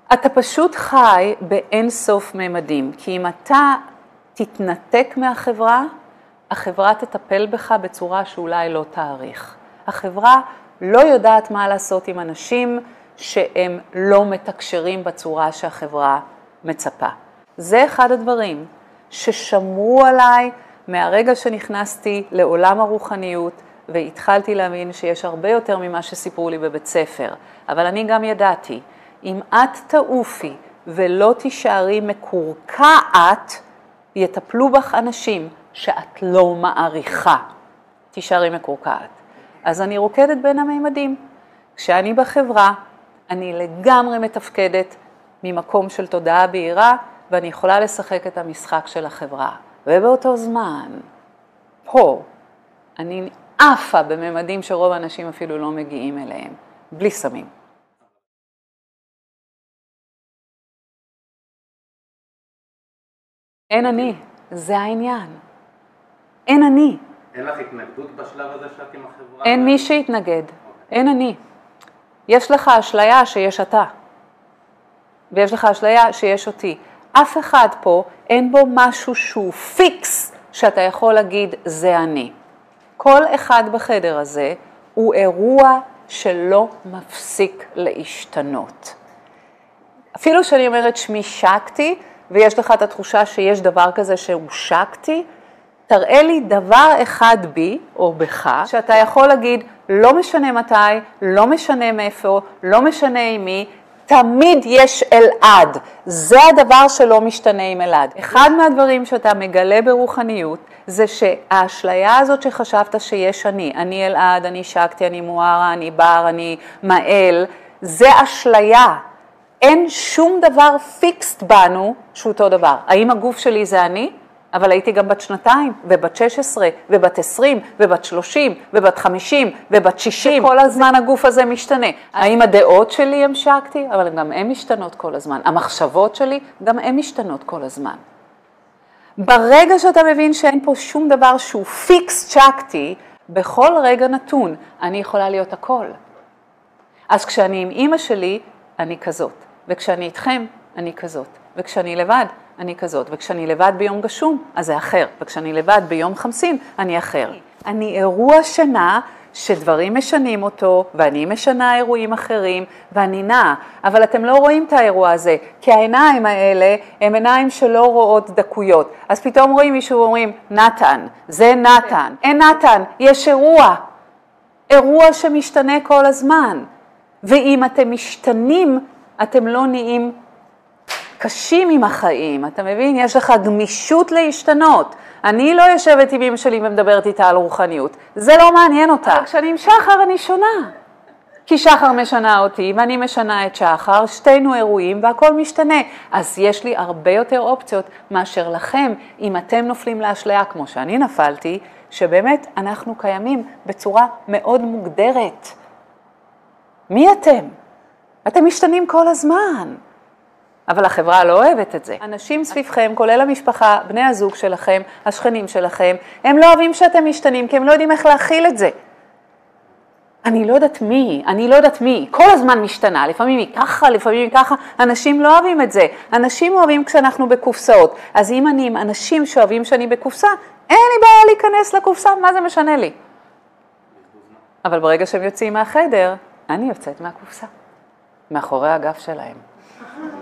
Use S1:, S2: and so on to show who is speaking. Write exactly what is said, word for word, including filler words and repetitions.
S1: אתה פשוט חי באין סוף ממדים, כי אם אתה תתנתק מהחברה, החברה תטפל בך בצורה שאולי לא תאריך. החברה לא יודעת מה לעשות עם אנשים שהם לא מתקשרים בצורה שהחברה מצפה. זה אחד הדברים ששמרו עליי מהרגע שנכנסתי לעולם הרוחניות, והתחלתי להבין שיש הרבה יותר ממה שסיפרו לי בבית ספר. אבל אני גם ידעתי, אם את תעופי ולא תישארי מקורקעת, יטפלו בך אנשים שאת לא מעריכה. תישארי מקורקעת. אז אני רוקדת בין המימדים. כשאני בחברה, אני לגמרי מתפקדת ממקום של תודעה בהירה, ואני יכולה לשחק את המשחק של החברה. ובאותו זמן, פה, אני עפה בממדים שרוב האנשים אפילו לא מגיעים אליהם, בלי סמים. אין אני, זה העניין. אין אני.
S2: אין לך התנגדות בשלב הזה שאת עם החברה?
S1: אין מי שיתנגד, אין אני. יש לך אשליה שיש אתה, ויש לך אשליה שיש אותי. אף אחד פה אין בו משהו שהוא פיקס שאתה יכול להגיד זה אני. כל אחד בחדר הזה הוא אירוע שלא מפסיק להשתנות. אפילו שאני אומרת שמי שקטי, ויש לך את התחושה שיש דבר כזה שהוא שקטי, תראה לי דבר אחד בי או בך, שאתה יכול להגיד לא משנה מתי, לא משנה מאיפה, לא משנה עם מי, תמיד יש אלעד. זה הדבר שלא משתנה עם אלעד. אחד מהדברים שאתה מגלה ברוחניות, זה שהאשליה הזאת שחשבת שיש אני, אני אלעד, אני שקטי, אני מוארה, אני בר, אני מעל, זה אשליה. אין שום דבר פיקסט בנו שהוא אותו דבר. האם הגוף שלי זה אני? אבל הייתי גם בת שנתיים, ובת שש עשרה, ובת עשרים, ובת שלושים, ובת חמישים, ובת שישים. כל הזמן הגוף הזה משתנה. האם הדעות שלי הם שקטי? אבל גם הן משתנות כל הזמן. המחשבות שלי, גם הן משתנות כל הזמן. ברגע שאתה מבין שאין פה שום דבר שהוא פיקס שקטי, בכל רגע נתון, אני יכולה להיות הכל. אז כשאני עם אמא שלי, אני כזאת. וכשאני איתכם, אני כזאת. וכשאני לבד, אני כזאת. וכשאני לבד ביום גשום, אז זה אחר. וכשאני לבד ביום חמסין, אני אחר. אני אירוע שנה שדברים משנים אותו, ואני משנה אירועים אחרים, ואני נעה. אבל אתם לא רואים את האירוע הזה, כי העיניים האלה הם עיניים שלא רואות דקויות. אז פתאום רואים מישהו ואומרים, נתן, זה נתן. אין נתן, יש אירוע. אירוע שמשתנה כל הזמן. ואם אתם משתנים, אתם לא נהיים קשים עם החיים, אתה מבין? יש לך גמישות להשתנות. אני לא יושבת עם אמא שלי ומדברת איתה על רוחניות. זה לא מעניין אותה. אבל כשאני עם שחר אני שונה. כי שחר משנה אותי ואני משנה את שחר, שתינו אירועים והכל משתנה. אז יש לי הרבה יותר אופציות מאשר לכם, אם אתם נופלים לאשליה כמו שאני נפלתי, שבאמת אנחנו קיימים בצורה מאוד מוגדרת. מי אתם? אתם משתנים כל הזמן. אבל החברה לא אוהבת את זה. אנשים סביבכם, כולל המשפחה, בני הזוג שלכם, השכנים שלכם, הם לא אוהבים שאתם משתנים, כי הם לא יודעים איך להכיל את זה. אני לא יודעת מי, אני לא יודעת מי, כל הזמן משתנה, לפעמים היא ככה, לפעמים היא ככה, אנשים לא אוהבים את זה. אנשים אוהבים כשאנחנו בקופסאות. אז אם אני עם אנשים שאוהבים שאני בקופסה, אין לי בעיה להיכנס לקופסה, מה זה משנה לי? אבל ברגע שהם יוצאים מהחדר, אני יוצאת מהקופסה, מאחורי הגף שלהם.